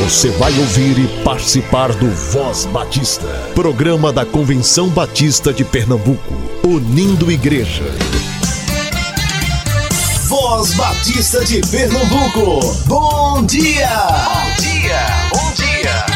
Você vai ouvir e participar do Voz Batista, programa da Convenção Batista de Pernambuco, unindo igreja. Voz Batista de Pernambuco, bom dia! Bom dia, bom dia!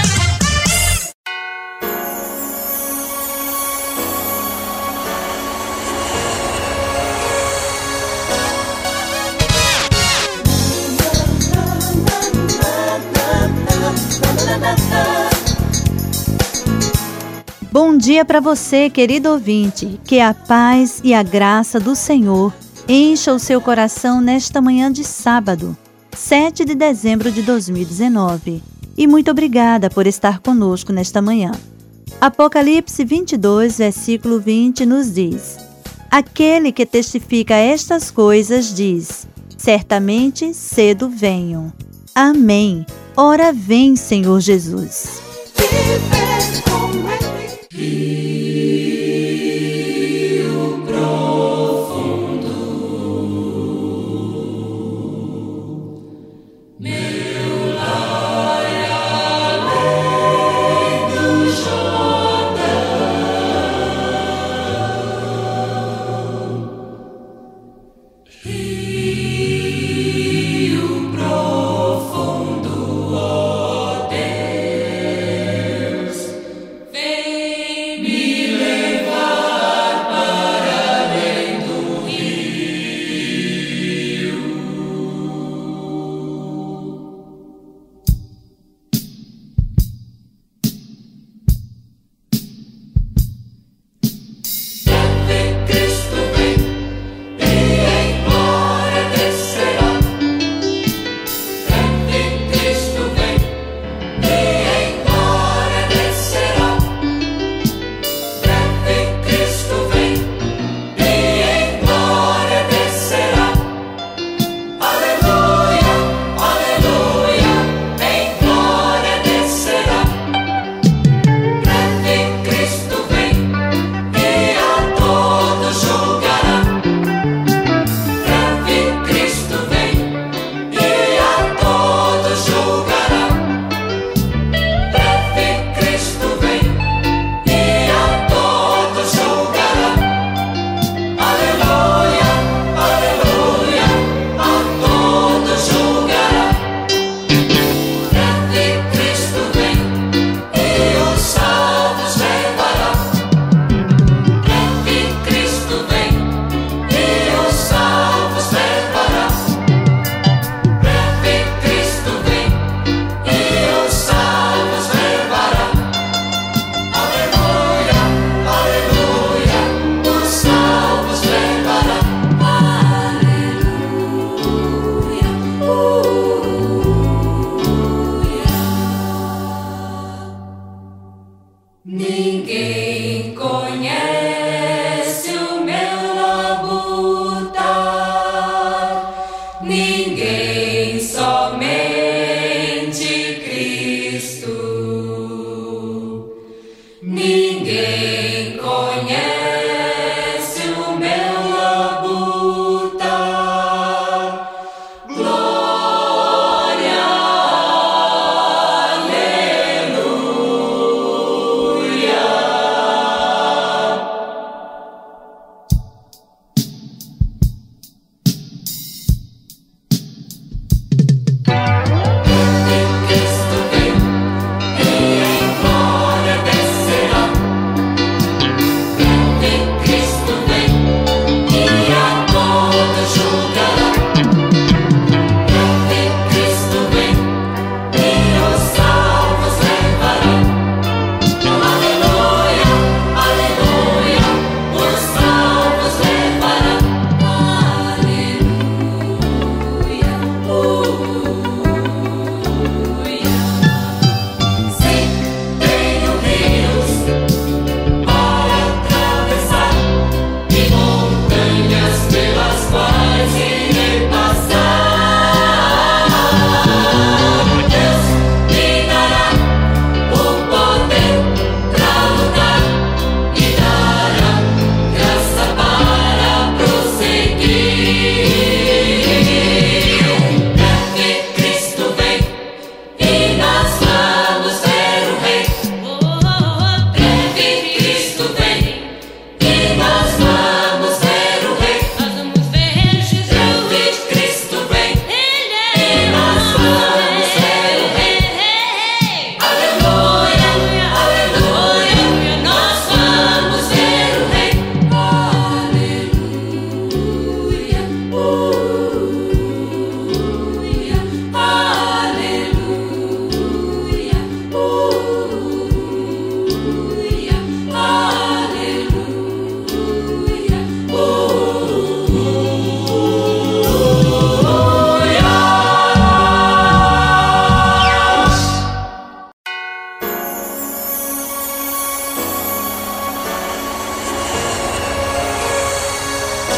Bom dia para você, querido ouvinte. Que a paz e a graça do Senhor encha o seu coração nesta manhã de sábado, 7 de dezembro de 2019. E muito obrigada por estar conosco nesta manhã. Apocalipse 22, versículo 20 nos diz: Aquele que testifica estas coisas diz: certamente cedo venho. Amém. Ora vem, Senhor Jesus. Rio profundo, meu lar além do Jordão. Rio profundo, ó Deus,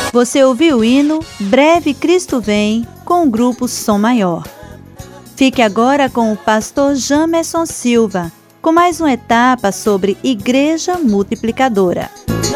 Você ouviu o hino Breve Cristo Vem com o grupo Som Maior. Fique agora com o pastor Jamerson Silva, com mais uma etapa sobre Igreja Multiplicadora.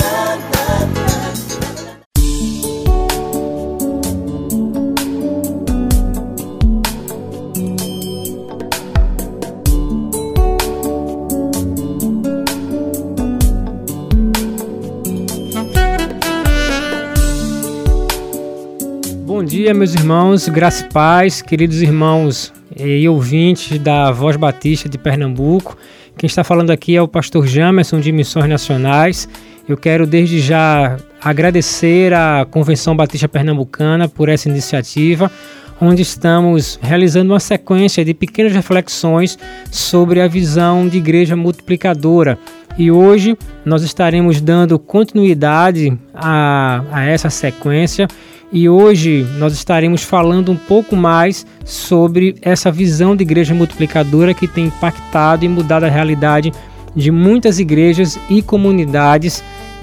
Bom dia, meus irmãos, graça e paz, queridos irmãos e ouvintes da Voz Batista de Pernambuco. Quem está falando aqui é o pastor Jamerson de Missões Nacionais. Eu quero desde já agradecer à Convenção Batista Pernambucana por essa iniciativa, onde estamos realizando uma sequência de pequenas reflexões sobre a visão de igreja multiplicadora. E hoje nós estaremos dando continuidade a essa sequência. E hoje nós estaremos falando um pouco mais sobre essa visão de igreja multiplicadora que tem impactado e mudado a realidade de muitas igrejas e comunidades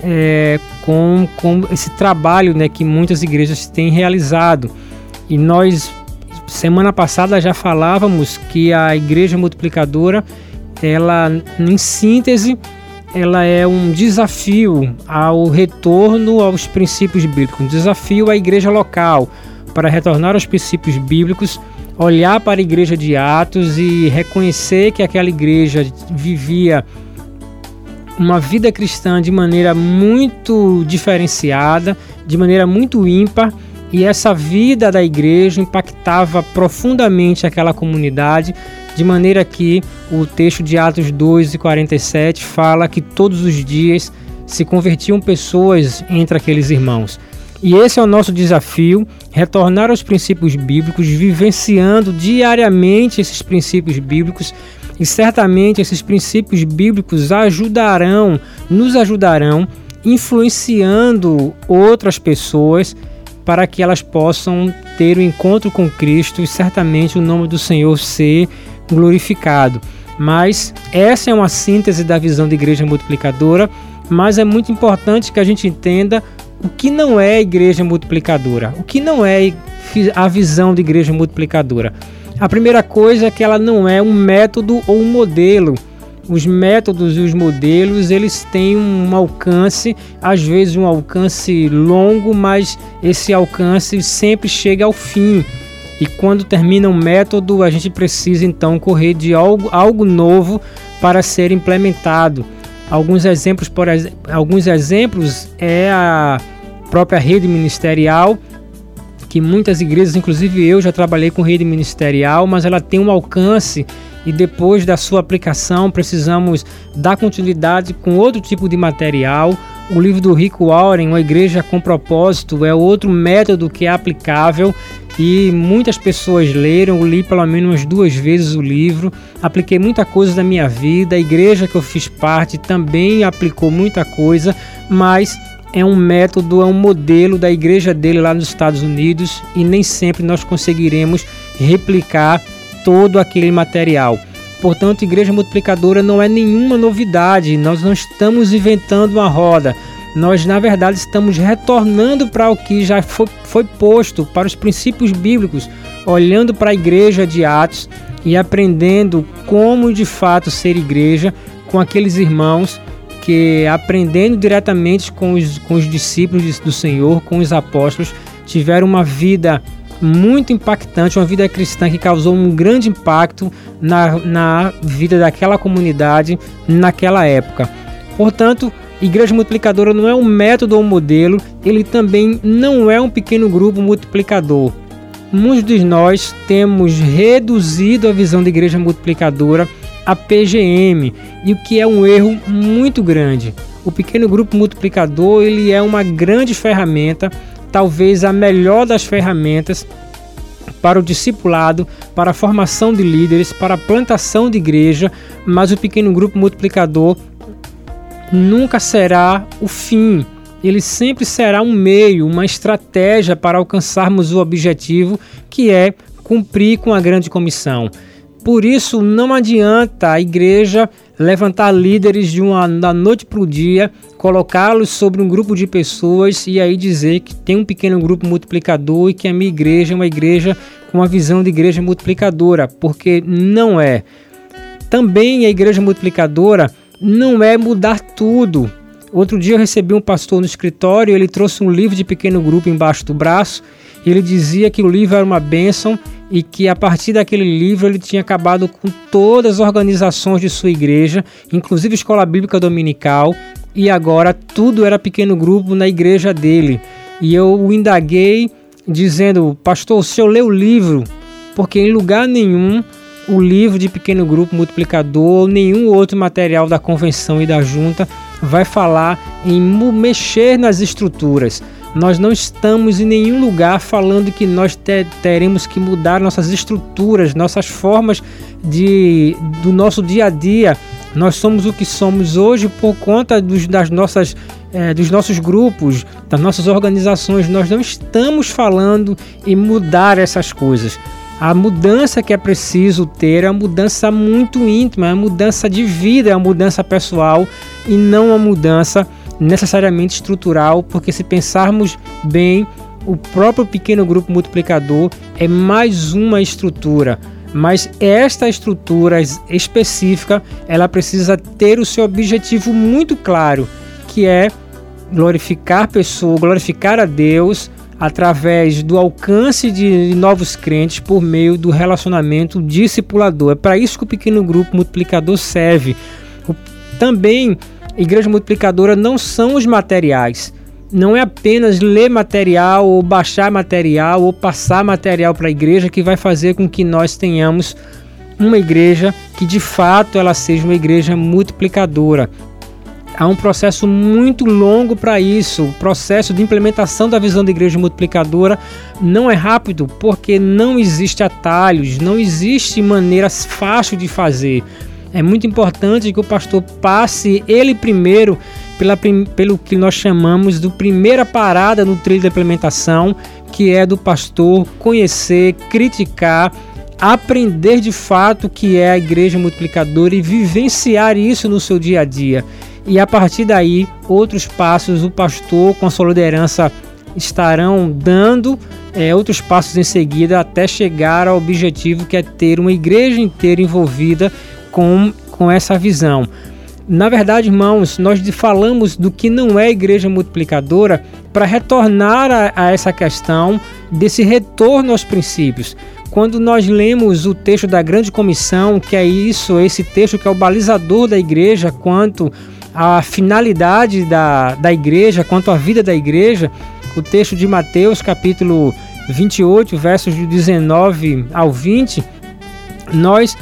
com esse trabalho, né, que muitas igrejas têm realizado. E nós, semana passada, já falávamos que a igreja multiplicadora, ela, em síntese, ela é um desafio ao retorno aos princípios bíblicos, um desafio à igreja local para retornar aos princípios bíblicos, olhar para a igreja de Atos e reconhecer que aquela igreja vivia uma vida cristã de maneira muito diferenciada, de maneira muito ímpar, e essa vida da igreja impactava profundamente aquela comunidade, de maneira que o texto de Atos 2:47 fala que todos os dias se convertiam pessoas entre aqueles irmãos. E esse é o nosso desafio, retornar aos princípios bíblicos, vivenciando diariamente esses princípios bíblicos, e certamente esses princípios bíblicos nos ajudarão, influenciando outras pessoas para que elas possam ter o encontro com Cristo e certamente o nome do Senhor ser glorificado. Mas essa é uma síntese da visão de igreja multiplicadora, mas é muito importante que a gente entenda o que não é a igreja multiplicadora, o que não é a visão de igreja multiplicadora. A primeira coisa é que ela não é um método ou um modelo. Os métodos e os modelos, eles têm um alcance, às vezes um alcance longo, mas esse alcance sempre chega ao fim. E quando termina um método, a gente precisa então correr de algo novo para ser implementado. Alguns exemplos é a própria rede ministerial, que muitas igrejas, inclusive eu já trabalhei com rede ministerial, mas ela tem um alcance e depois da sua aplicação precisamos dar continuidade com outro tipo de material. O livro do Rick Warren, Uma Igreja com Propósito, é outro método que é aplicável e muitas pessoas leram. Eu li pelo menos umas 2 vezes o livro, apliquei muita coisa da minha vida, a igreja que eu fiz parte também aplicou muita coisa, mas é um método, é um modelo da igreja dele lá nos Estados Unidos e nem sempre nós conseguiremos replicar todo aquele material. Portanto, igreja multiplicadora não é nenhuma novidade, nós não estamos inventando uma roda, nós na verdade estamos retornando para o que já foi posto, para os princípios bíblicos, olhando para a igreja de Atos e aprendendo como de fato ser igreja com aqueles irmãos que, aprendendo diretamente com os discípulos do Senhor, com os apóstolos, tiveram uma vida muito impactante, uma vida cristã que causou um grande impacto na vida daquela comunidade naquela época. Portanto, igreja multiplicadora não é um método ou um modelo, ele também não é um pequeno grupo multiplicador. Muitos de nós temos reduzido a visão de igreja multiplicadora a PGM, e o que é um erro muito grande. O pequeno grupo multiplicador, ele é uma grande ferramenta, talvez a melhor das ferramentas para o discipulado, para a formação de líderes, para a plantação de igreja, mas o pequeno grupo multiplicador nunca será o fim. Ele sempre será um meio, uma estratégia para alcançarmos o objetivo, que é cumprir com a grande comissão. Por isso, não adianta a igreja levantar líderes da noite para o dia, colocá-los sobre um grupo de pessoas e aí dizer que tem um pequeno grupo multiplicador e que a minha igreja é uma igreja com uma visão de igreja multiplicadora, porque não é. Também a igreja multiplicadora não é mudar tudo. Outro dia eu recebi um pastor no escritório, ele trouxe um livro de pequeno grupo embaixo do braço, e ele dizia que o livro era uma bênção e que a partir daquele livro ele tinha acabado com todas as organizações de sua igreja, inclusive a escola bíblica dominical, e agora tudo era pequeno grupo na igreja dele. E eu o indaguei dizendo: pastor, o senhor leu o livro? Porque em lugar nenhum o livro de pequeno grupo multiplicador ou nenhum outro material da convenção e da junta vai falar em mexer nas estruturas. Nós não estamos em nenhum lugar falando que nós teremos que mudar nossas estruturas, nossas formas do nosso dia a dia. Nós somos o que somos hoje por conta dos nossos grupos, das nossas organizações. Nós não estamos falando em mudar essas coisas. A mudança que é preciso ter é uma mudança muito íntima, é uma mudança de vida, é uma mudança pessoal e não uma mudança necessariamente estrutural, porque se pensarmos bem, o próprio pequeno grupo multiplicador é mais uma estrutura, mas esta estrutura específica, ela precisa ter o seu objetivo muito claro, que é glorificar pessoas, glorificar a Deus através do alcance de novos crentes por meio do relacionamento discipulador. É para isso que o pequeno grupo multiplicador serve. Também igreja multiplicadora não são os materiais. Não é apenas ler material ou baixar material ou passar material para a igreja que vai fazer com que nós tenhamos uma igreja que de fato ela seja uma igreja multiplicadora. Há um processo muito longo para isso. O processo de implementação da visão da igreja multiplicadora não é rápido porque não existe atalhos, não existe maneiras fáceis de fazer. É muito importante que o pastor passe ele primeiro pelo que nós chamamos de primeira parada no trilho da implementação, que é do pastor conhecer, criticar, aprender de fato o que é a igreja multiplicadora e vivenciar isso no seu dia a dia. E a partir daí, outros passos o pastor com a sua liderança estarão dando outros passos em seguida até chegar ao objetivo que é ter uma igreja inteira envolvida com essa visão. Na verdade, irmãos, nós falamos do que não é igreja multiplicadora para retornar a essa questão desse retorno aos princípios. Quando nós lemos o texto da Grande Comissão, que é esse texto que é o balizador da igreja quanto à finalidade da igreja, quanto à vida da igreja, o texto de Mateus, capítulo 28, versos de 19 ao 20, nós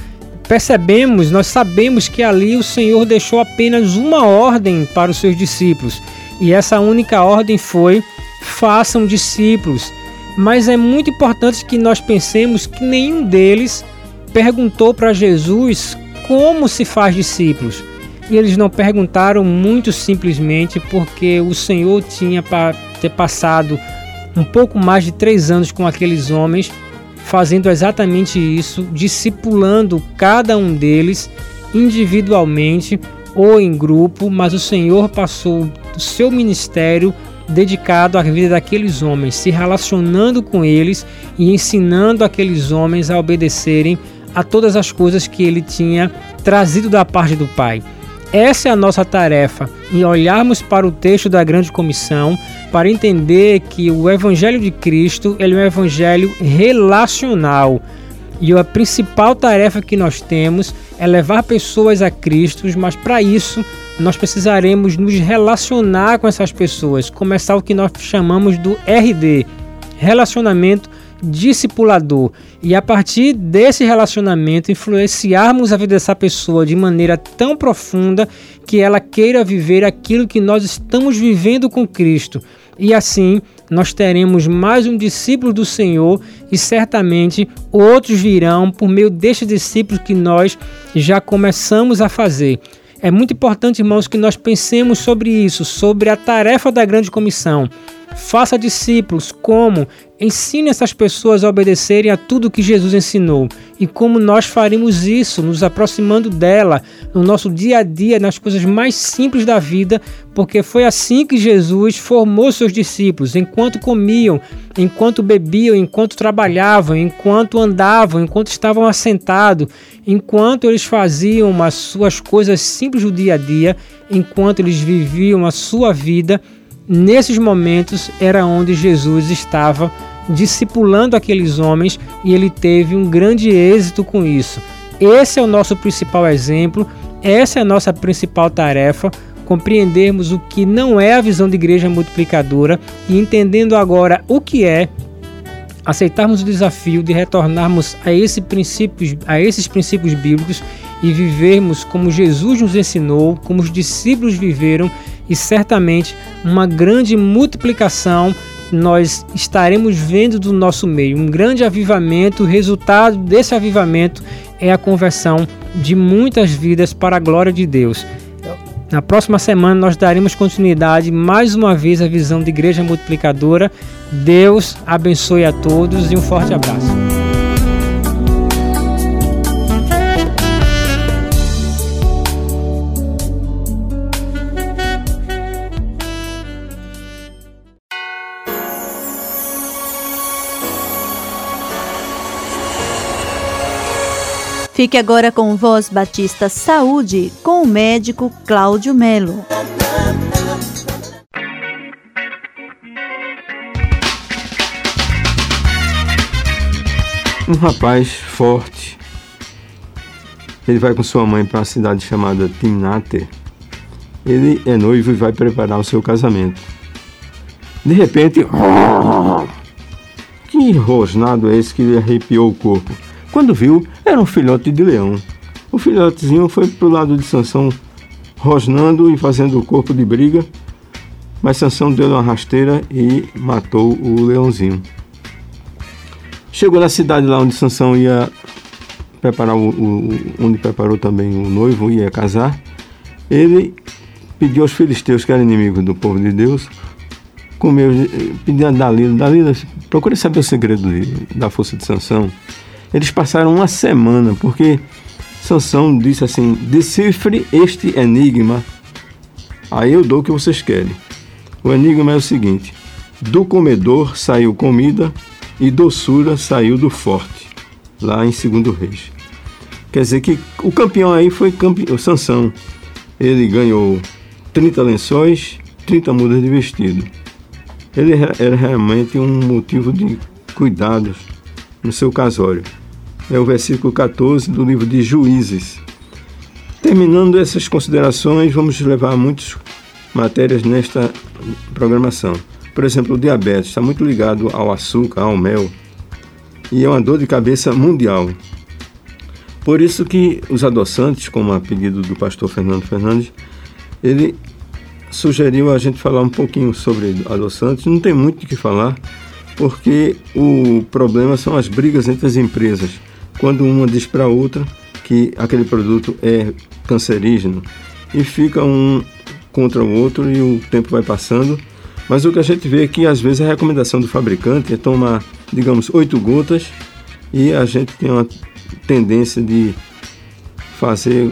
sabemos que ali o Senhor deixou apenas uma ordem para os seus discípulos. E essa única ordem foi: façam discípulos. Mas é muito importante que nós pensemos que nenhum deles perguntou para Jesus como se faz discípulos. E eles não perguntaram muito simplesmente porque o Senhor tinha ter passado um pouco mais de 3 anos com aqueles homens, fazendo exatamente isso, discipulando cada um deles individualmente ou em grupo, mas o Senhor passou o seu ministério dedicado à vida daqueles homens, se relacionando com eles e ensinando aqueles homens a obedecerem a todas as coisas que ele tinha trazido da parte do Pai. Essa é a nossa tarefa, em olharmos para o texto da Grande Comissão, para entender que o Evangelho de Cristo ele é um Evangelho relacional. E a principal tarefa que nós temos é levar pessoas a Cristo, mas para isso nós precisaremos nos relacionar com essas pessoas, começar o que nós chamamos do RD, relacionamento discipulador, e a partir desse relacionamento influenciarmos a vida dessa pessoa de maneira tão profunda que ela queira viver aquilo que nós estamos vivendo com Cristo. E assim nós teremos mais um discípulo do Senhor e certamente outros virão por meio destes discípulos que nós já começamos a fazer. É muito importante, irmãos, que nós pensemos sobre isso, sobre a tarefa da Grande Comissão. Faça discípulos como? Ensine essas pessoas a obedecerem a tudo que Jesus ensinou. e como nós faremos isso, nos aproximando dela, no nosso dia a dia, nas coisas mais simples da vida, porque foi assim que Jesus formou seus discípulos, enquanto comiam, enquanto bebiam, enquanto trabalhavam, enquanto andavam, enquanto estavam assentados, enquanto eles faziam as suas coisas simples do dia a dia, enquanto eles viviam a sua vida. Nesses momentos era onde Jesus estava discipulando aqueles homens e ele teve um grande êxito com isso. Esse é o nosso principal exemplo, essa é a nossa principal tarefa, compreendermos o que não é a visão de igreja multiplicadora e entendendo agora o que é, aceitarmos o desafio de retornarmos a esses princípios bíblicos e vivermos como Jesus nos ensinou, como os discípulos viveram, e certamente uma grande multiplicação nós estaremos vendo do nosso meio, um grande avivamento. O resultado desse avivamento é a conversão de muitas vidas para a glória de Deus. Na próxima semana nós daremos continuidade mais uma vez à visão de igreja multiplicadora. Deus abençoe a todos e um forte abraço. Fique agora com Voz Batista Saúde, com o médico Cláudio Melo. Um rapaz forte, ele vai com sua mãe para uma cidade chamada Timnate. Ele é noivo e vai preparar o seu casamento. De repente, que rosnado é esse que lhe arrepiou o corpo? Quando viu, era um filhote de leão. O filhotezinho foi pro lado de Sansão, rosnando e fazendo o corpo de briga, mas Sansão deu uma rasteira e matou o leãozinho. Chegou na cidade lá onde Sansão ia preparar, onde preparou também o noivo, ia casar. Ele pediu aos filisteus, que eram inimigos do povo de Deus, pediu a Dalila, procure saber o segredo da força de Sansão. Eles passaram uma semana, porque Sansão disse assim: decifre este enigma, aí eu dou o que vocês querem. O enigma é o seguinte: do comedor saiu comida e doçura saiu do forte, lá em 2 Reis. Quer dizer que o campeão aí foi Sansão. Ele ganhou 30 lençóis, 30 mudas de vestido. Ele era realmente um motivo de cuidados no seu casório. É o versículo 14 do livro de Juízes. Terminando essas considerações, vamos levar muitas matérias nesta programação. Por exemplo, o diabetes está muito ligado ao açúcar, ao mel, e é uma dor de cabeça mundial. Por isso que os adoçantes, como a pedido do pastor Fernando Fernandes, ele sugeriu a gente falar um pouquinho sobre adoçantes. Não tem muito o que falar, porque o problema são as brigas entre as empresas. Quando uma diz para a outra que aquele produto é cancerígeno e fica um contra o outro e o tempo vai passando. Mas o que a gente vê é que às vezes a recomendação do fabricante é tomar, digamos, 8 gotas e a gente tem uma tendência de fazer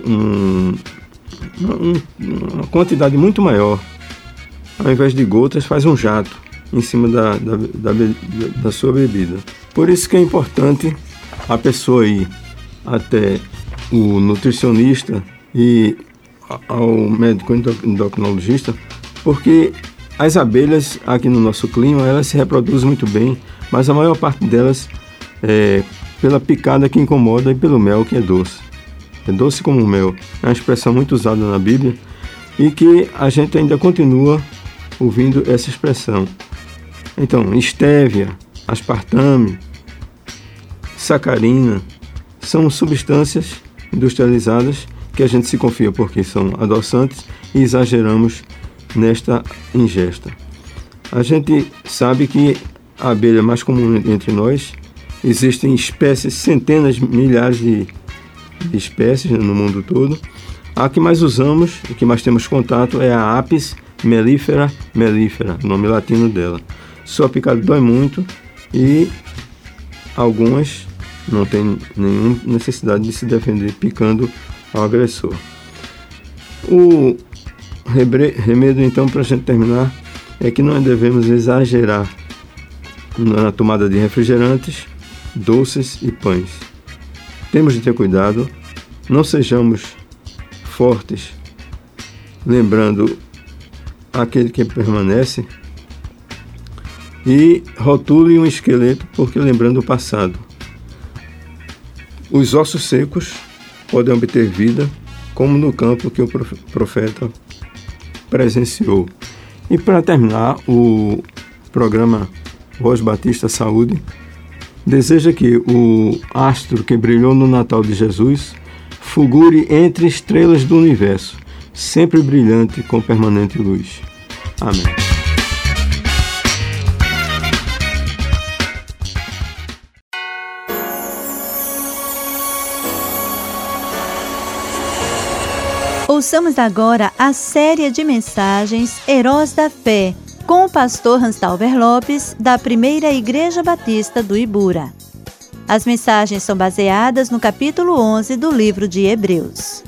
uma quantidade muito maior. Ao invés de gotas, faz um jato em cima da sua bebida. Por isso que é importante a pessoa ir até o nutricionista e ao médico endocrinologista, porque as abelhas aqui no nosso clima, elas se reproduzem muito bem, mas a maior parte delas é pela picada que incomoda e pelo mel que é doce. É doce como o mel. É uma expressão muito usada na Bíblia e que a gente ainda continua ouvindo essa expressão. Então, estévia, aspartame, sacarina, são substâncias industrializadas que a gente se confia porque são adoçantes e exageramos nesta ingesta. A gente sabe que a abelha é mais comum entre nós. Existem espécies, centenas, milhares de espécies no mundo todo. A que mais usamos, o que mais temos contato é a Apis mellifera mellifera, nome latino dela. Sua picada dói muito e algumas não tem nenhuma necessidade de se defender picando ao agressor. O remédio, então, para a gente terminar, é que nós devemos exagerar na tomada de refrigerantes, doces e pães. Temos de ter cuidado, não sejamos fortes, lembrando aquele que permanece, e rotule um esqueleto, porque lembrando o passado. Os ossos secos podem obter vida, como no campo que o profeta presenciou. E para terminar, o programa Voz Batista Saúde deseja que o astro que brilhou no Natal de Jesus fulgure entre estrelas do universo, sempre brilhante com permanente luz. Amém. Ouçamos agora a série de mensagens Heróis da Fé, com o pastor Hanstauber Lopes, da Primeira Igreja Batista do Ibura. As mensagens são baseadas no capítulo 11 do livro de Hebreus.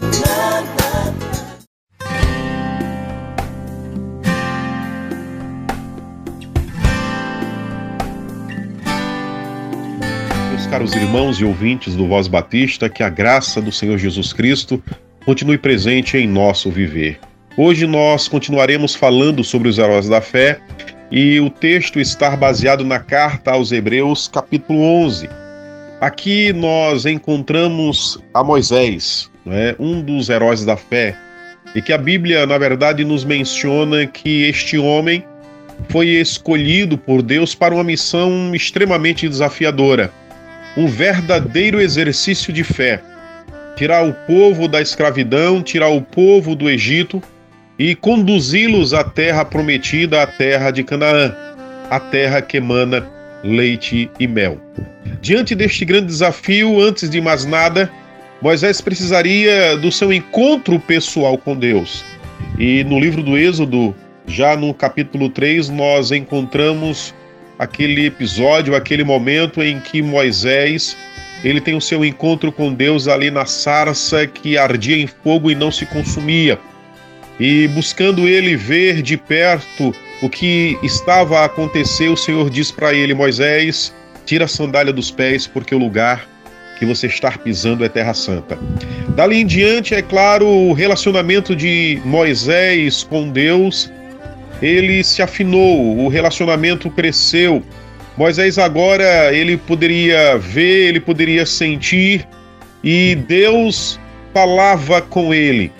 Meus caros irmãos e ouvintes do Voz Batista, que a graça do Senhor Jesus Cristo continue presente em nosso viver. Hoje nós continuaremos falando sobre os heróis da fé e o texto está baseado na carta aos Hebreus, capítulo 11. Aqui nós encontramos a Moisés, um dos heróis da fé, e que a Bíblia, na verdade, nos menciona que este homem foi escolhido por Deus para uma missão extremamente desafiadora, um verdadeiro exercício de fé. Tirar o povo da escravidão, tirar o povo do Egito e conduzi-los à terra prometida, à terra de Canaã, a terra que emana leite e mel. Diante deste grande desafio, antes de mais nada, Moisés precisaria do seu encontro pessoal com Deus. E no livro do Êxodo, já no capítulo 3, nós encontramos aquele episódio, aquele momento em que Moisés ele tem o seu encontro com Deus ali na sarça que ardia em fogo e não se consumia. E buscando ele ver de perto o que estava a acontecer, o Senhor diz para ele: Moisés, tira a sandália dos pés, porque o lugar que você está pisando é terra santa. Dali em diante, é claro, o relacionamento de Moisés com Deus, ele se afinou, o relacionamento cresceu. Moisés agora, ele poderia ver, ele poderia sentir, e Deus falava com ele.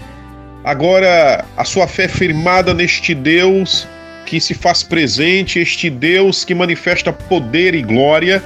Agora, a sua fé firmada neste Deus que se faz presente, este Deus que manifesta poder e glória,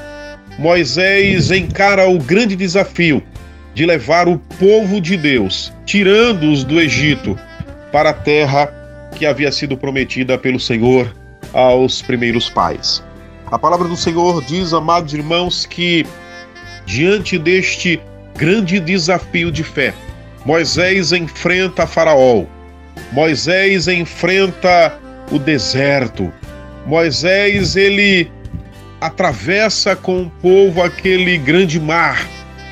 Moisés encara o grande desafio de levar o povo de Deus, tirando-os do Egito, para a terra que havia sido prometida pelo Senhor aos primeiros pais. A palavra do Senhor diz, amados irmãos, que diante deste grande desafio de fé, Moisés enfrenta Faraó, Moisés enfrenta o deserto, Moisés ele atravessa com o povo aquele grande mar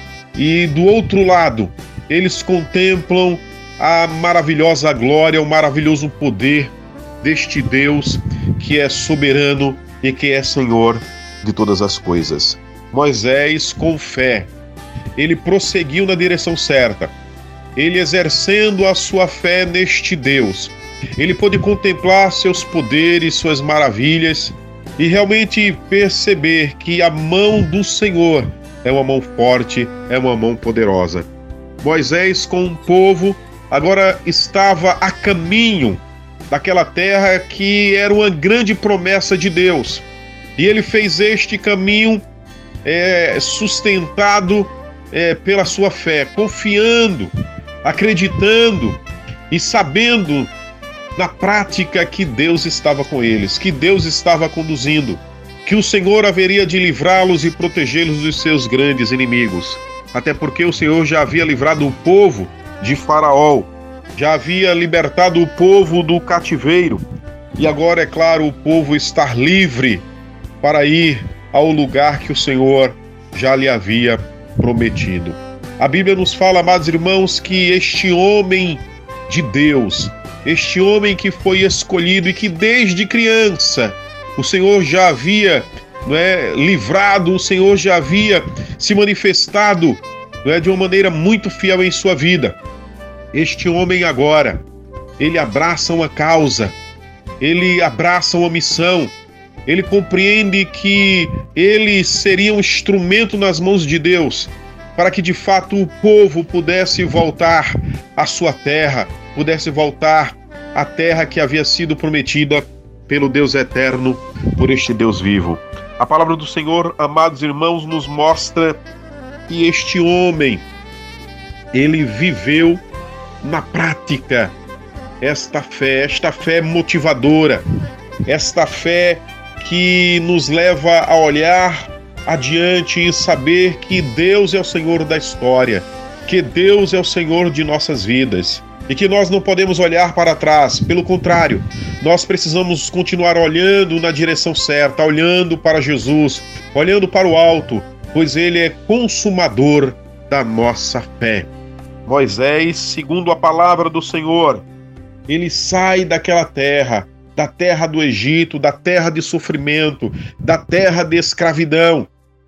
e do outro lado eles contemplam a maravilhosa glória, o maravilhoso poder deste Deus que é soberano e que é Senhor de todas as coisas. Moisés, com fé, ele prosseguiu na direção certa. Ele, exercendo a sua fé neste Deus, ele pôde contemplar seus poderes, suas maravilhas e realmente perceber que a mão do Senhor é uma mão forte, é uma mão poderosa. Moisés, com o povo, agora estava a caminho daquela terra que era uma grande promessa de Deus. E ele fez este caminho sustentado pela sua fé, confiando, acreditando e sabendo na prática que Deus estava com eles, que Deus estava conduzindo, que o Senhor haveria de livrá-los e protegê-los dos seus grandes inimigos. Até porque o Senhor já havia livrado o povo de Faraó, já havia libertado o povo do cativeiro, e agora, é claro, o povo está livre para ir ao lugar que o Senhor já lhe havia prometido. A Bíblia nos fala, amados irmãos, que este homem de Deus, este homem que foi escolhido e que desde criança o Senhor já havia livrado, o Senhor já havia se manifestado de uma maneira muito fiel em sua vida. Este homem agora, ele abraça uma causa, ele abraça uma missão, ele compreende que ele seria um instrumento nas mãos de Deus para que de fato o povo pudesse voltar à sua terra, pudesse voltar à terra que havia sido prometida pelo Deus eterno, por este Deus vivo. A palavra do Senhor, amados irmãos, nos mostra que este homem, ele viveu na prática esta fé motivadora, esta fé que nos leva a olhar adiante e saber que Deus é o Senhor da história, que Deus é o Senhor de nossas vidas e que nós não podemos olhar para trás. Pelo contrário, nós precisamos continuar olhando na direção certa, olhando para Jesus, olhando para o alto, pois Ele é consumador da nossa fé. Moisés, segundo a palavra do Senhor, ele sai daquela terra, da terra do Egito, da terra de sofrimento, da terra de escravidão,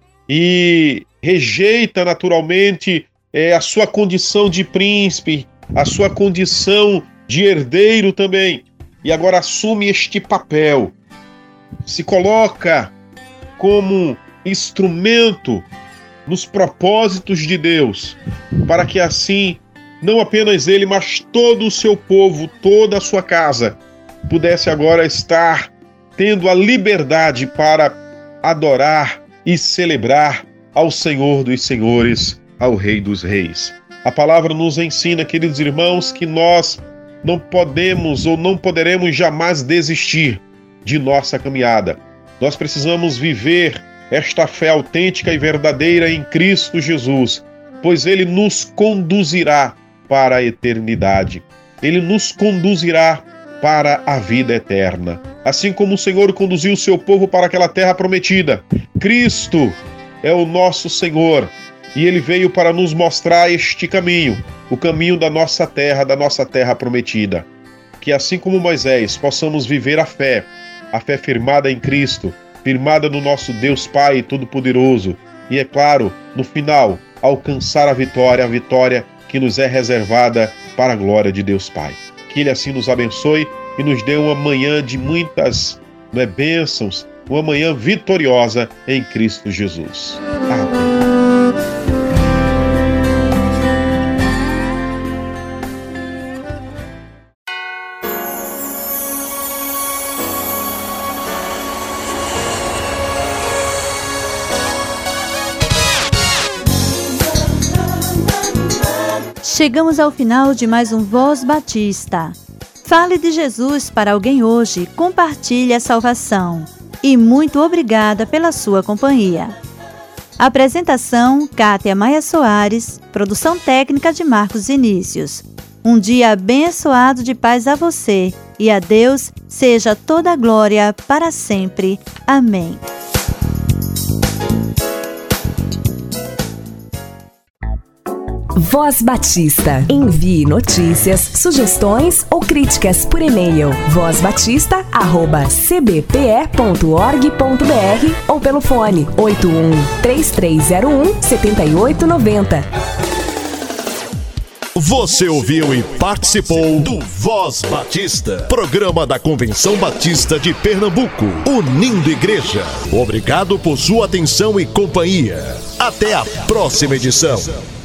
e rejeita naturalmente a sua condição de príncipe, a sua condição de herdeiro também, e agora assume este papel, se coloca como instrumento nos propósitos de Deus, para que assim, não apenas ele, mas todo o seu povo, toda a sua casa, pudesse agora estar tendo a liberdade para adorar e celebrar ao Senhor dos Senhores, ao Rei dos Reis. A palavra nos ensina, queridos irmãos, que nós não podemos ou não poderemos jamais desistir de nossa caminhada. Nós precisamos viver esta fé autêntica e verdadeira em Cristo Jesus, pois Ele nos conduzirá para a eternidade. Ele nos conduzirá para a vida eterna. Assim como o Senhor conduziu o seu povo para aquela terra prometida, Cristo é o nosso Senhor e Ele veio para nos mostrar este caminho, o caminho da nossa terra prometida. Que assim como Moisés, possamos viver a fé firmada em Cristo, firmada no nosso Deus Pai Todo-Poderoso e, é claro, no final, alcançar a vitória que nos é reservada para a glória de Deus Pai. Que Ele assim nos abençoe e nos dê uma manhã de muitas bênçãos, uma manhã vitoriosa em Cristo Jesus. Amém. Chegamos ao final de mais um Voz Batista. Fale de Jesus para alguém hoje, compartilhe a salvação. E muito obrigada pela sua companhia. Apresentação, Kátia Maia Soares, produção técnica de Marcos Vinícius. Um dia abençoado de paz a você e a Deus seja toda a glória para sempre. Amém. Voz Batista. Envie notícias, sugestões ou críticas por e-mail. vozbatista@cbpe.org.br ou pelo fone 81-3301-7890. Você ouviu e participou do Voz Batista, programa da Convenção Batista de Pernambuco, unindo igreja. Obrigado por sua atenção e companhia. Até a próxima edição.